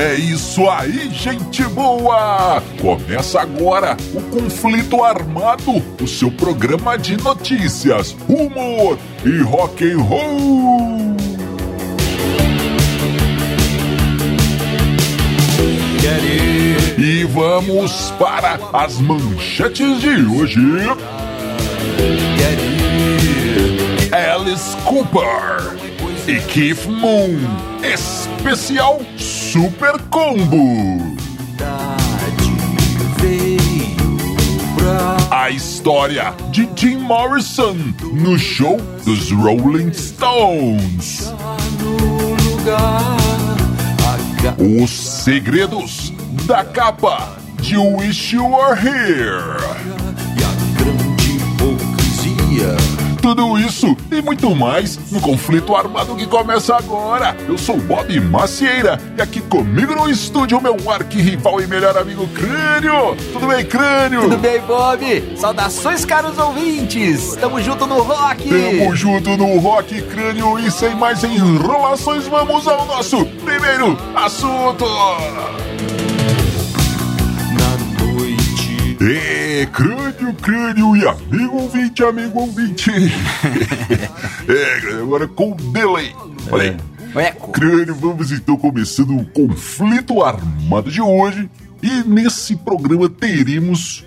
É isso aí, gente boa! Começa agora o Conflito Armado, o seu programa de notícias, humor e rock and roll. E vamos para as manchetes de hoje. Alice Cooper e Keith Moon, especial Super Combo. A história de Jim Morrison no show dos Rolling Stones. Os segredos da capa de Wish You Were Here. E a grande hipocrisia. Tudo isso e muito mais no Conflito Armado que começa agora. Eu sou Bob Macieira e aqui comigo no estúdio meu arquirrival e melhor amigo Crânio. Tudo bem, Crânio? Tudo bem, Bob? Saudações, caros ouvintes. Tamo junto no rock. Tamo junto no rock, Crânio. E sem mais enrolações, vamos ao nosso primeiro assunto. Crânio e amigo ouvinte. Agora com delay. Olha aí. Crânio, vamos então começando o Conflito Armado de hoje. E nesse programa teremos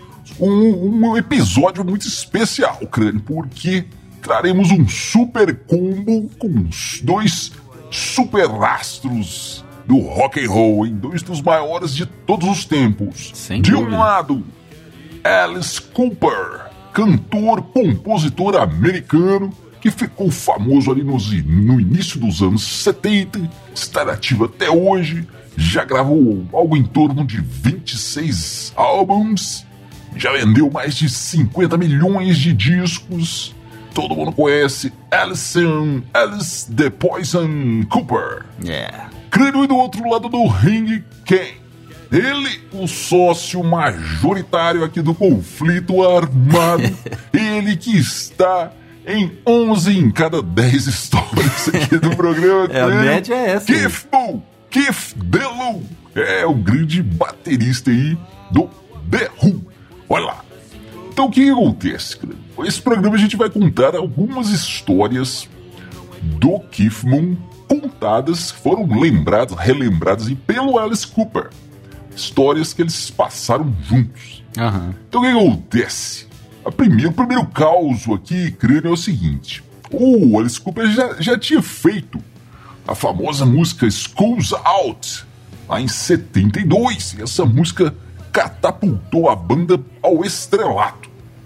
um episódio muito especial, Crânio, porque traremos um super combo com os dois super astros do rock and roll, hein? Dois dos maiores de todos os tempos. Sem de dúvida. Um lado, Alice Cooper, cantor, compositor americano que ficou famoso ali no início dos anos 70, está ativo até hoje, já gravou algo em torno de 26 álbuns, já vendeu mais de 50 milhões de discos. Todo mundo conhece Alice the Poison Cooper. Yeah. Crânio, e do outro lado do ringue, quem? Ele, o sócio majoritário aqui do Conflito Armado. Ele que está em 11 em cada 10 histórias aqui do programa. A média é essa. Keith DeLu é o grande baterista aí do The Who. Olha lá. Então o que acontece, cara? Esse programa a gente vai contar algumas histórias do Keith Moon contadas, foram relembradas e pelo Alice Cooper. Histórias que eles passaram juntos. Uhum. Então o que acontece? O primeiro caos aqui, Crânio, é o seguinte. O Alice Cooper já tinha feito a famosa música Schools Out lá em 72. E essa música catapultou a banda ao estrelato.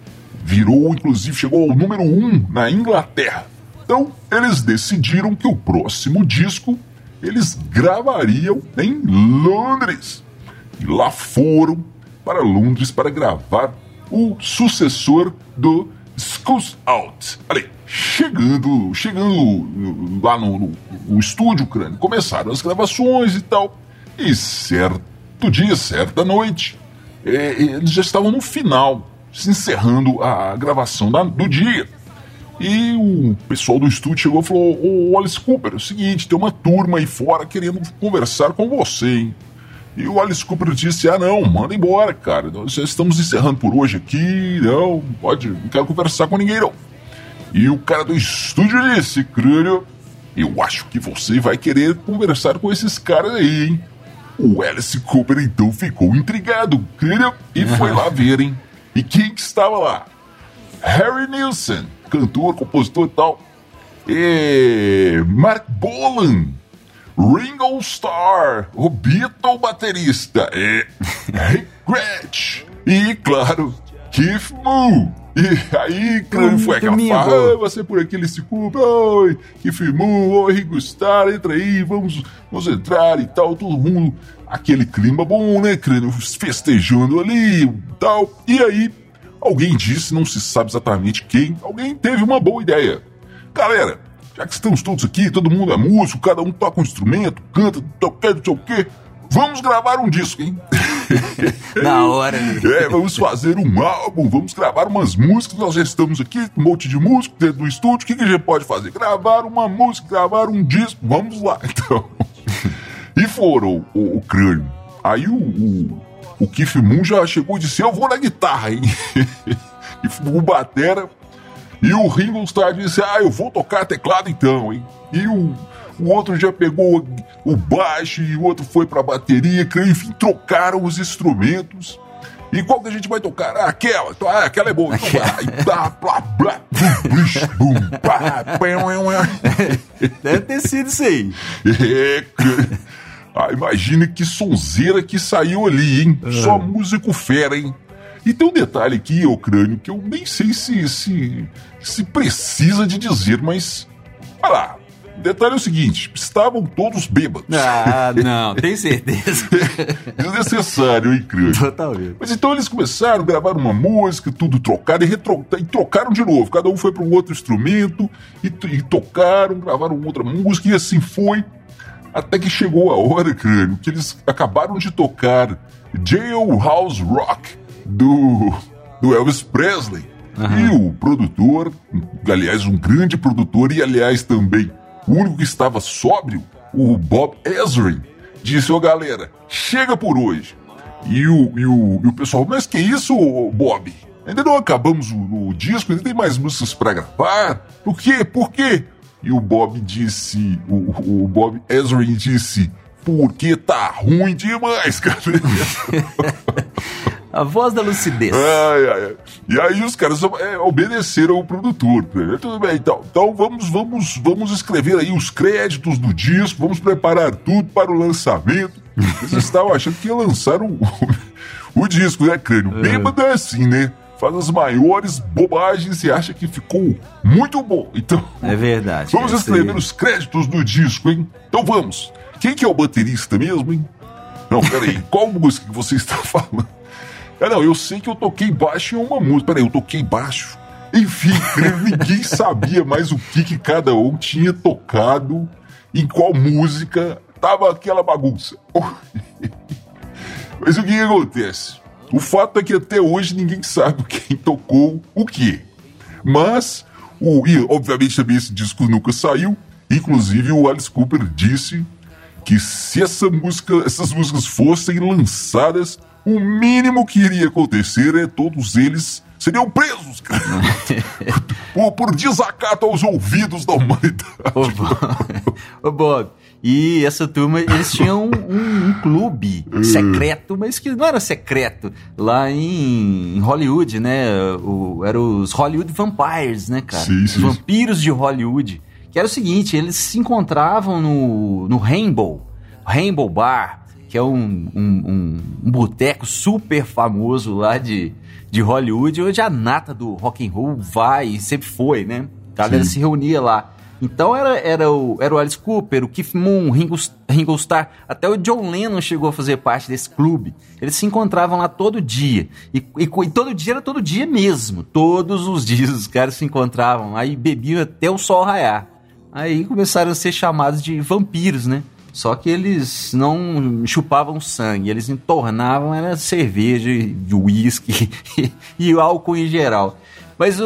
Chegou ao número 1 na Inglaterra. Então, eles decidiram que o próximo disco eles gravariam em Londres. E lá foram para Londres para gravar o sucessor do Schools Out. Olha aí, chegando lá no estúdio, Crânio, começaram as gravações e tal. E certa noite, eles já estavam no final, se encerrando a gravação do dia. E o pessoal do estúdio chegou e falou: ô Alice Cooper, é o seguinte, tem uma turma aí fora querendo conversar com você, hein? E o Alice Cooper disse: não, manda embora, cara, nós já estamos encerrando por hoje aqui, não quero conversar com ninguém, não. E o cara do estúdio disse: Crânio, eu acho que você vai querer conversar com esses caras aí, hein? O Alice Cooper então ficou intrigado, Crânio, e foi lá ver, hein? E quem que estava lá? Harry Nilsson, cantor, compositor e tal. E Mark Bolan, Ringo Starr, o Beatle baterista. E Rick Gretsch. E, claro, Keith Moon. E aí, Crânio, foi aquela fala: você por aqui, Alice Cooper, oi, Keith Moon, oi, Ringo Starr, entra aí, vamos entrar e tal, todo mundo, aquele clima bom, né, Crânio, festejando ali e tal. E aí, alguém disse, não se sabe exatamente quem, alguém teve uma boa ideia. Galera, já que estamos todos aqui, todo mundo é músico, cada um toca um instrumento, canta, não sei o quê, vamos gravar um disco, hein? Na hora, né? Vamos fazer um álbum, vamos gravar umas músicas, nós já estamos aqui, um monte de músicos dentro do estúdio, o que a gente pode fazer? Gravar uma música, gravar um disco, vamos lá, então. E foram o crânio. Aí o Keith Moon já chegou e disse: eu vou na guitarra, hein? E o batera. E o Ringo Starr disse: eu vou tocar teclado então, hein? E o outro já pegou o baixo e o outro foi pra bateria. Enfim, trocaram os instrumentos. E qual que a gente vai tocar? Aquela. Então, aquela é boa. Então, Deve ter sido isso aí. Imagina que sonzeira que saiu ali, hein? Só músico fera, hein? E tem um detalhe aqui, ô crânio, que eu nem sei se precisa de dizer, mas... Olha lá. O detalhe é o seguinte: estavam todos bêbados. Não, tem certeza. Desnecessário, hein, crânio? Totalmente. Mas então eles começaram, gravaram uma música, tudo trocado, e trocaram de novo. Cada um foi para um outro instrumento, e tocaram, gravaram outra música, e assim foi. Até que chegou a hora, crânio, que eles acabaram de tocar Jailhouse Rock, do Elvis Presley. E o produtor, aliás, um grande produtor, e aliás também o único que estava sóbrio, o Bob Ezrin, disse: galera, chega por hoje. E o pessoal: mas que isso, Bob? Ainda não acabamos o disco, ainda tem mais músicas para gravar. Por quê? E o Bob disse, o Bob Ezrin disse: porque tá ruim demais, cara. A voz da lucidez. E aí os caras obedeceram ao produtor. Tudo bem, então vamos escrever aí os créditos do disco, vamos preparar tudo para o lançamento. Eles estavam achando que ia lançar o disco, né, crânio? Bêbado é assim, né? Faz as maiores bobagens e acha que ficou muito bom. Então, é verdade. Vamos escrever os créditos do disco, hein? Então vamos. Quem que é o baterista mesmo, hein? Não, peraí, qual música que você está falando? Não, eu sei que eu toquei baixo em uma música. Peraí, eu toquei baixo? Enfim, ninguém sabia mais o que cada um tinha tocado, em qual música tava aquela bagunça. Mas o que acontece? O fato é que até hoje ninguém sabe quem tocou o quê. Mas, e obviamente também esse disco nunca saiu. Inclusive o Alice Cooper disse que se essas músicas fossem lançadas, o mínimo que iria acontecer é todos eles seriam presos, cara. por desacato aos ouvidos da humanidade. Ô Bob, e essa turma, eles tinham um clube secreto, mas que não era secreto, lá em Hollywood, né? Eram os Hollywood Vampires, né, cara? Sim. Os vampiros de Hollywood. Que era o seguinte, eles se encontravam no Rainbow Bar, que é um boteco super famoso lá de Hollywood, onde a nata do rock and roll vai e sempre foi, né? A galera se reunia lá. Então era o Alice Cooper, o Keith Moon, Ringo Starr, até o John Lennon chegou a fazer parte desse clube. Eles se encontravam lá todo dia. E todo dia era todo dia mesmo. Todos os dias os caras se encontravam. Aí bebiam até o sol raiar. Aí começaram a ser chamados de vampiros, né? Só que eles não chupavam sangue, eles entornavam era cerveja, de uísque e álcool em geral. Mas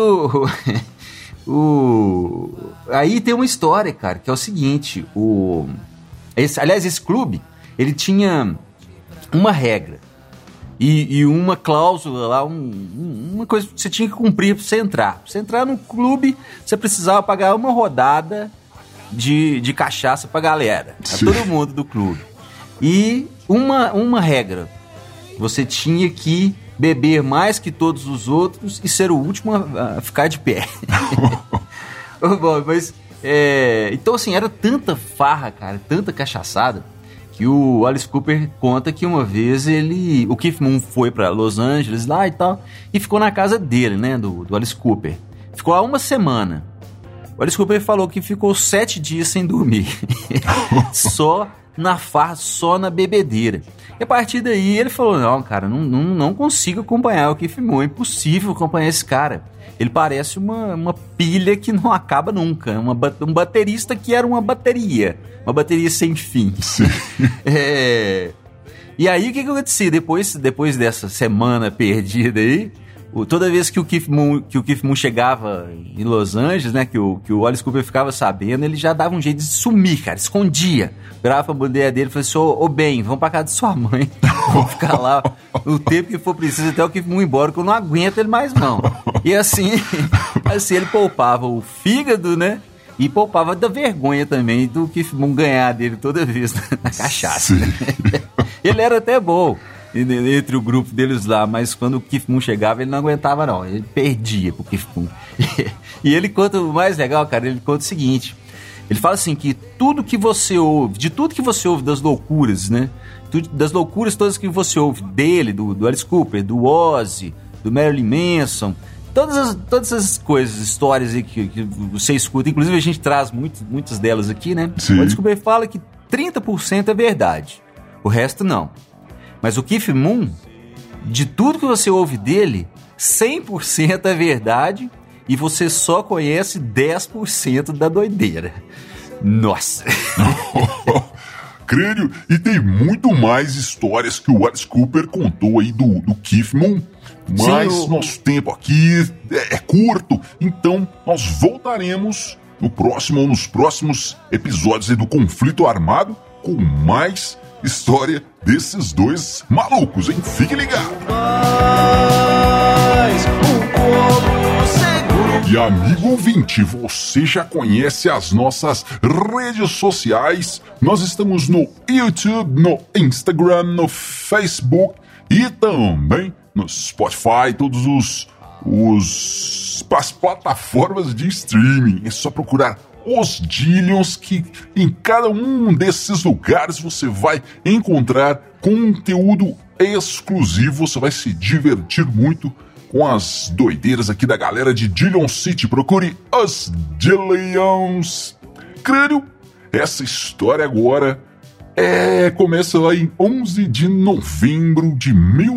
aí tem uma história, cara, que é o seguinte, esse clube, ele tinha uma regra e uma cláusula lá, uma coisa que você tinha que cumprir para você entrar. Pra você entrar no clube, você precisava pagar uma rodada de cachaça pra galera, pra todo mundo do clube. E uma regra: você tinha que beber mais que todos os outros e ser o último a ficar de pé. Bom, mas então assim, era tanta farra, cara, tanta cachaçada, que o Alice Cooper conta que uma vez o Keith Moon foi pra Los Angeles lá e tal, e ficou na casa dele, né, do Alice Cooper. Ficou lá uma semana. O Alice Cooper falou que ficou 7 dias sem dormir. Só na farra, só na bebedeira. E a partir daí ele falou: não, cara, não consigo acompanhar o Keith Moon, é impossível acompanhar esse cara. Ele parece uma pilha que não acaba nunca, um baterista que era uma bateria sem fim. E aí o que aconteceu? Depois dessa semana perdida aí, toda vez que o Keith Moon chegava em Los Angeles, né, que o Alice Cooper ficava sabendo, ele já dava um jeito de sumir, cara, escondia. Virava pra bandeira dele e falava assim, ô Ben, vamos pra casa de sua mãe. Vamos ficar lá o tempo que for preciso até o Keith Moon ir embora, que eu não aguento ele mais não. E assim ele poupava o fígado, né, e poupava da vergonha também do Keith Moon ganhar dele toda vez na cachaça. Né? Ele era até bom entre o grupo deles lá, mas quando o Keith Moon chegava, ele não aguentava não, ele perdia pro Keith Moon. E ele conta, o mais legal, cara, ele conta o seguinte, ele fala assim, que tudo que você ouve, de tudo que você ouve das loucuras, né, das loucuras todas que você ouve dele, do Alice Cooper, do Ozzy, do Marilyn Manson, todas essas coisas, histórias aí que você escuta, inclusive a gente traz muitas delas aqui, né, Sim. O Alice Cooper fala que 30% é verdade, o resto não. Mas o Keith Moon, de tudo que você ouve dele, 100% é verdade e você só conhece 10% da doideira. Nossa! Crânio, e tem muito mais histórias que o Alice Cooper contou aí do Keith Moon. Mas nosso tempo aqui é curto, então nós voltaremos nos próximos episódios aí do Conflito Armado com mais história desses dois malucos, hein? Fique ligado! E amigo ouvinte, você já conhece as nossas redes sociais? Nós estamos no YouTube, no Instagram, no Facebook e também no Spotify, todos as plataformas de streaming. É só procurar Os Dillions, que em cada um desses lugares você vai encontrar conteúdo exclusivo, você vai se divertir muito com as doideiras aqui da galera de Dillion City. Procure Os Dillions. Crânio, essa história agora começa lá em 11 de novembro de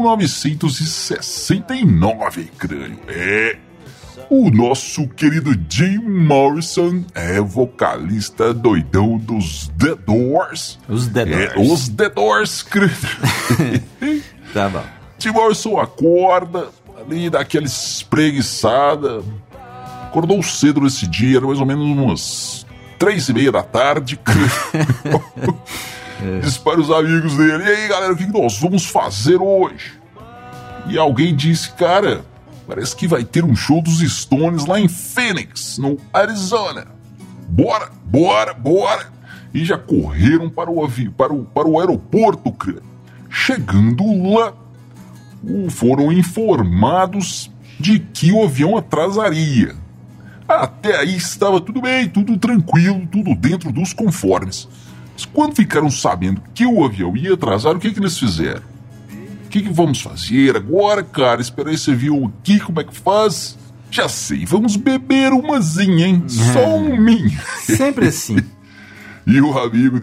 1969, Crânio. O nosso querido Jim Morrison é vocalista doidão dos The Doors. Os The Doors. Os The Doors, Crânio. Tá bom. Jim Morrison acorda ali, dá aquela espreguiçada. Acordou cedo nesse dia, era mais ou menos umas 3:30 da tarde. Diz para os amigos dele: e aí galera, o que nós vamos fazer hoje? E alguém disse: cara, parece que vai ter um show dos Stones lá em Phoenix, no Arizona. Bora! E já correram para o aeroporto, cara. Chegando lá, foram informados de que o avião atrasaria. Até aí estava tudo bem, tudo tranquilo, tudo dentro dos conformes. Mas quando ficaram sabendo que o avião ia atrasar, o que eles fizeram? O que vamos fazer agora, cara? Esperar esse avião aqui, como é que faz? Já sei, vamos beber umazinha, hein? Só um minho. Sempre assim. E o amigo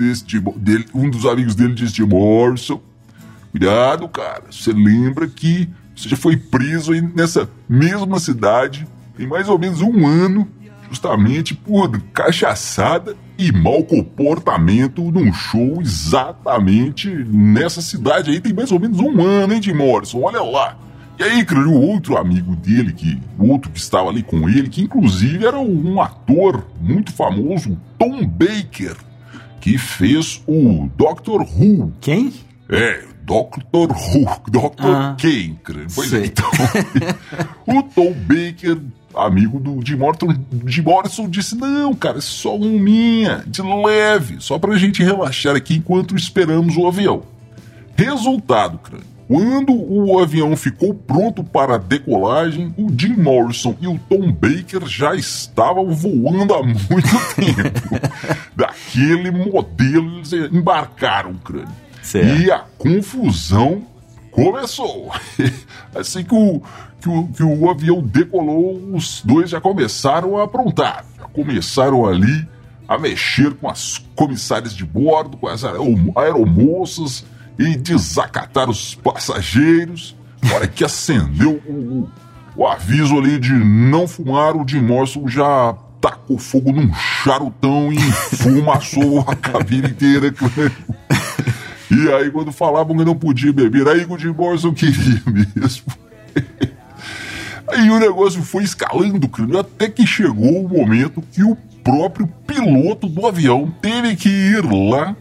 um dos amigos dele disse: Morrison, cuidado, cara. Você lembra que você já foi preso aí nessa mesma cidade tem mais ou menos um ano, justamente por cachaçada e mau comportamento num show exatamente nessa cidade aí. Tem mais ou menos um ano, hein, Jim Morrison? Olha lá. E aí, o outro amigo dele, o outro que estava ali com ele, que inclusive era um ator muito famoso, Tom Baker, que fez o Doctor Who. Quem? Doctor Who, Dr. Kane. Pois é, então, o Tom Baker, amigo do Jim Morrison, disse: não, cara, é só um minha, de leve, só pra gente relaxar aqui enquanto esperamos o avião. Resultado, crânio. Quando o avião ficou pronto para a decolagem, o Jim Morrison e o Tom Baker já estavam voando há muito tempo. Daquele modelo, eles embarcaram, crânio. Certo. E a confusão começou. Assim que o avião decolou, os dois já começaram a aprontar. Já começaram ali a mexer com as comissárias de bordo, com as aeromoças, e desacatar os passageiros. Na hora que acendeu o aviso ali de não fumar, o Jim Morrison já tacou fogo num charutão e enfumaçou a cabine inteira. E aí, quando falavam que não podia beber, aí o Jim Morrison queria mesmo. Aí o negócio foi escalando, crânio, até que chegou o momento que o próprio piloto do avião teve que ir lá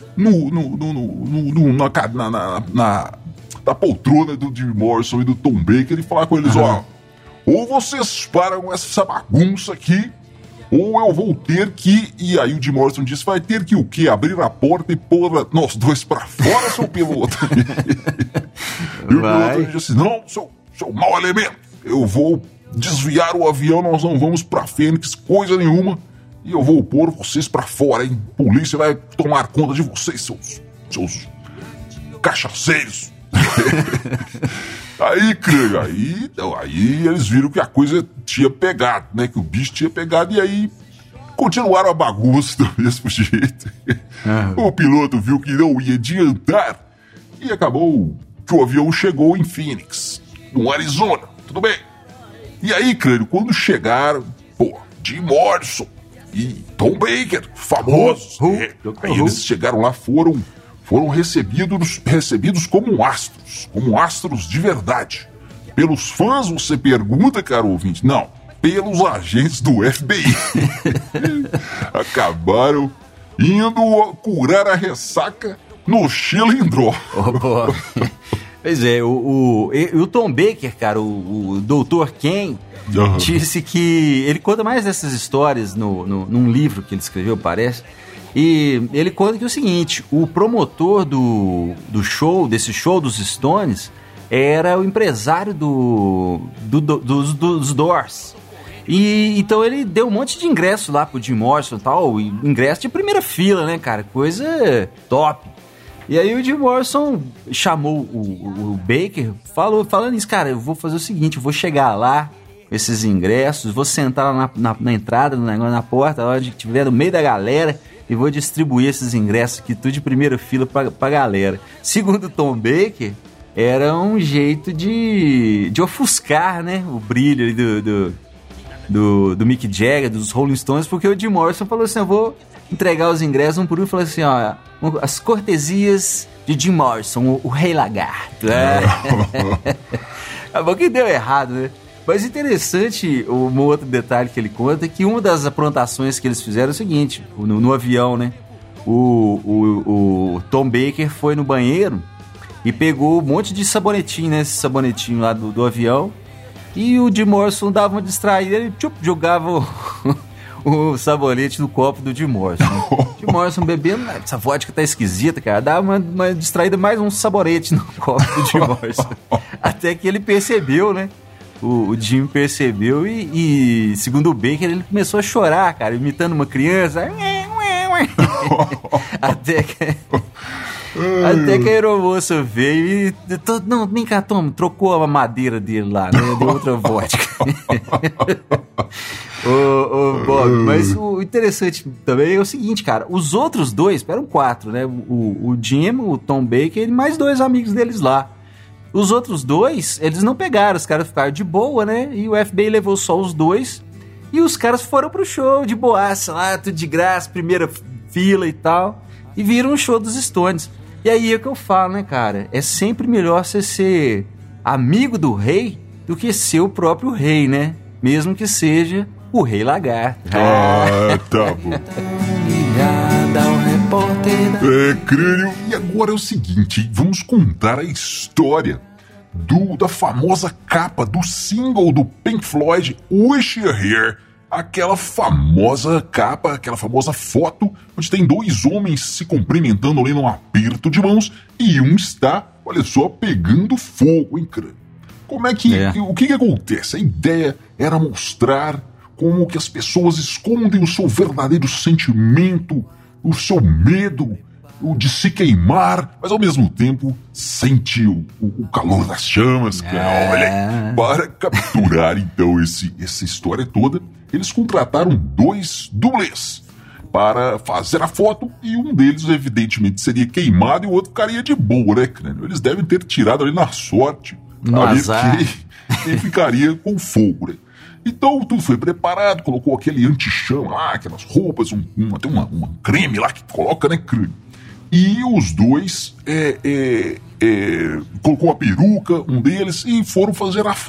na poltrona do Jim Morrison e do Tom Baker e falar com eles, ó, ou vocês param essa bagunça aqui, ou eu vou ter que... E aí o Jim Morrison disse, vai ter que o quê? Abrir a porta e pôr nós dois pra fora, seu piloto. E o piloto disse, não, seu mau elemento, eu vou desviar o avião, nós não vamos pra Fênix, coisa nenhuma, e eu vou pôr vocês pra fora, hein? A polícia vai tomar conta de vocês, seus cachaceiros. Aí eles viram que a coisa tinha pegado, né? Que o bicho tinha pegado, e aí continuaram a bagunça do mesmo jeito. O piloto viu que não ia adiantar e acabou que o avião chegou em Phoenix, no Arizona, tudo bem. E aí, crânio, quando chegaram, Jim Morrison e Tom Baker, famosos, aí eles chegaram lá, foram recebidos como astros de verdade. Pelos fãs, você pergunta, caro ouvinte? Não, pelos agentes do FBI. Acabaram indo curar a ressaca no Chilindró. Pois é, o Tom Baker, cara, o Dr. Ken, disse que... Ele conta mais dessas histórias num livro que ele escreveu, parece. E ele conta que é o seguinte, o promotor desse show dos Stones era o empresário dos Doors. E então ele deu um monte de ingresso lá pro Jim Morrison e tal, ingresso de primeira fila, né, cara? Coisa top. E aí o Jim Morrison chamou o Baker, falando isso, cara, eu vou fazer o seguinte, eu vou chegar lá, esses ingressos, vou sentar lá na entrada, na porta, onde estiver no meio da galera, e vou distribuir esses ingressos aqui, tudo de primeira fila pra galera. Segundo o Tom Baker, era um jeito de ofuscar, né, o brilho aí do Mick Jagger, dos Rolling Stones, porque o Jim Morrison falou assim, eu vou entregar os ingressos um por um, e falou assim, ó, as cortesias de Jim Morrison, o Rei Lagarto. Acabou que deu errado, né? Mas interessante, um outro detalhe que ele conta, é que uma das aprontações que eles fizeram é o seguinte, no avião, né? O Tom Baker foi no banheiro e pegou um monte de sabonetinho, né? Esse sabonetinho lá do avião, e o Jim Morrison dava uma distraída, ele jogava o sabonete no copo do Jim Morrison. Jim Morrison bebendo, essa vodka tá esquisita, cara, dá uma distraída, mais um sabonete no copo do Jim Morrison. Até que ele percebeu, né? O Jim percebeu e segundo o Baker, ele começou a chorar, cara, imitando uma criança. Até que a aeromoça veio e... Não, vem cá, toma, trocou a madeira dele lá, né? Deu outra vodka. Bob, mas o interessante também é o seguinte, cara, os outros dois, eram 4, né? O Jim, o Tom Baker e mais 2 amigos deles lá. Os outros 2, eles não pegaram, os caras ficaram de boa, né? E o FBI levou só os 2 e os caras foram pro show de boaça lá, tudo de graça, primeira fila e tal, e viram o show dos Stones. E aí é o que eu falo, né, cara? É sempre melhor você ser amigo do rei do que ser o próprio rei, né? Mesmo que seja o Rei Lagarto. Tá bom. Crânio, e agora é o seguinte, vamos contar a história da famosa capa do single do Pink Floyd, Wish You Were Here. Aquela famosa capa, aquela famosa foto, onde tem 2 homens se cumprimentando ali num aperto de mãos, e um está, olha só, pegando fogo, hein, crânio? Como é que... O que acontece? A ideia era mostrar como que as pessoas escondem o seu verdadeiro sentimento, o seu medo, o de se queimar, mas ao mesmo tempo sente o calor das chamas, cara. Olha, para capturar então essa história toda, eles contrataram 2 dublês para fazer a foto, e um deles evidentemente seria queimado e o outro ficaria de boa, né, crânio? Eles devem ter tirado ali na sorte, ali quem ficaria com fogo, né? Então tudo foi preparado, colocou aquele anti-chama lá, aquelas roupas, tem um creme lá que coloca, né, crânio? E os 2 colocou a peruca, um deles, e foram fazer a foto.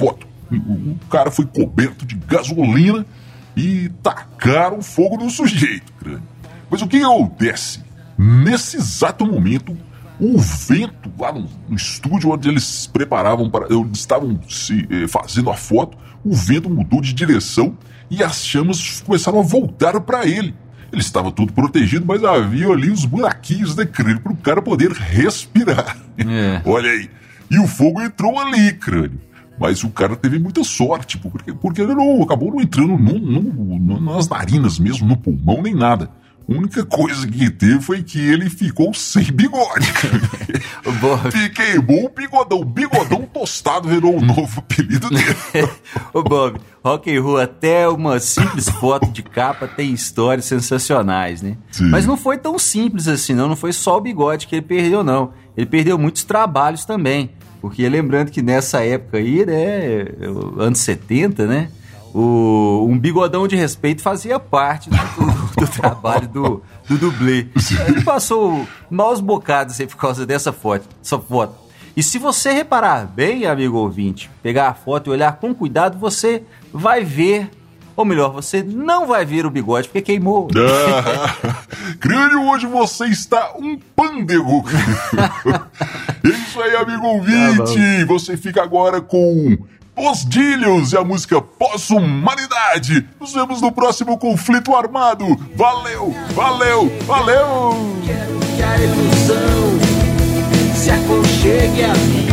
O cara foi coberto de gasolina e tacaram fogo no sujeito, crânio. Mas o que acontece? Nesse exato momento, o vento lá no estúdio onde eles estavam fazendo a foto, o vento mudou de direção e as chamas começaram a voltar para ele. Ele estava todo protegido, mas havia ali os buraquinhos de crânio para o cara poder respirar. Olha aí. E o fogo entrou ali, crânio. Mas o cara teve muita sorte, porque ele acabou não entrando nas narinas mesmo, no pulmão, nem nada. A única coisa que teve foi que ele ficou sem bigode. Queimou o bigodão tostado virou o novo apelido dele. Ô Bob, rock and roll, até uma simples foto de capa tem histórias sensacionais, né? Sim. Mas não foi tão simples assim, não foi só o bigode que ele perdeu, não. Ele perdeu muitos trabalhos também, porque lembrando que nessa época aí, né, anos 70, né, um bigodão de respeito fazia parte do trabalho do dublê. Ele passou maus bocados aí por causa dessa foto. E se você reparar bem, amigo ouvinte, pegar a foto e olhar com cuidado, você vai ver, ou melhor, você não vai ver o bigode porque queimou. Crânio, hoje você está um pândego. É isso aí, amigo ouvinte. Você fica agora com Os Dilhos e a música Pós-Humanidade. Nos vemos no próximo Conflito Armado. Valeu, valeu, valeu! Quero que a ilusão se aconchegue a mim.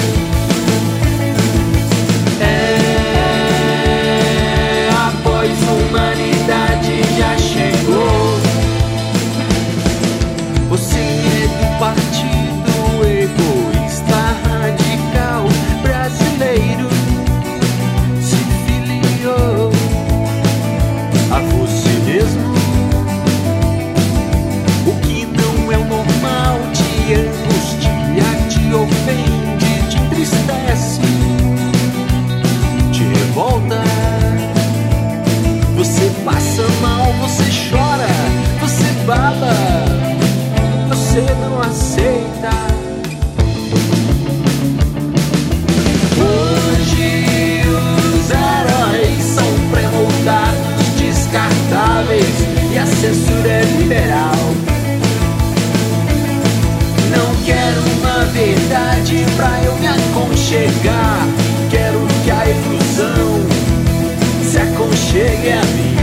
A pós-humanidade já chegou. Você é do partido egoísta radical brasileiro. A você mesmo. O que não é o normal te angustia, te ofende, te entristece, te revolta. Você passa mal, você chora, você baba, você não aceita. Hoje os heróis são pré-moldados, descartáveis, e a censura é liberal. Não quero uma verdade pra eu me aconchegar. Quero que a ilusão se aconchegue a mim.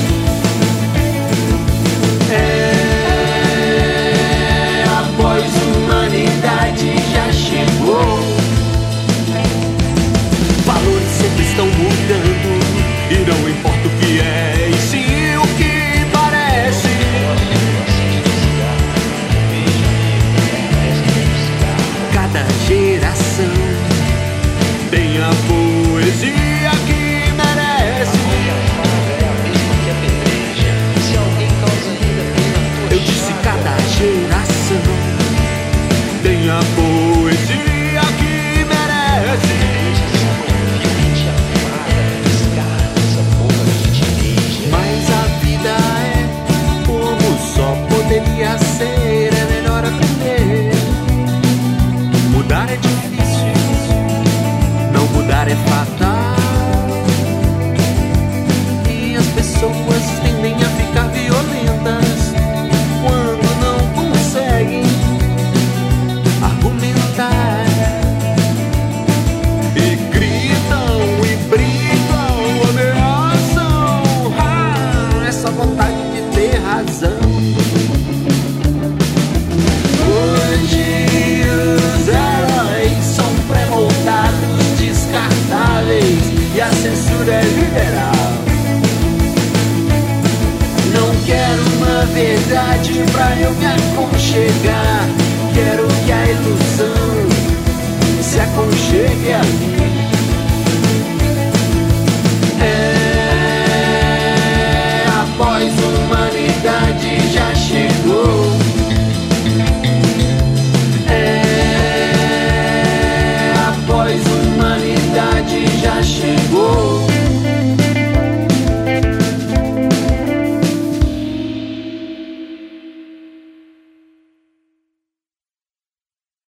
A pós-humanidade já chegou. Valores sempre estão mudando e não importa o que é e sim o que parece. Cada geração tem a poesia que merece. Eu disse cada geração tem a poesia que merece. Mas a vida é como só poderia ser. É melhor aprender. Mudar é difícil, não mudar é fatal. E as pessoas tendem a ficar violentas quando não conseguem argumentar. E gritam e brigam, ameaçam. Essa vontade de ter razão. Hoje os heróis são pré-moldados, descartáveis, e a censura é liberal. Não quero uma verdade pra eu me aconchegar. Quero que a ilusão se aconchegue a mim.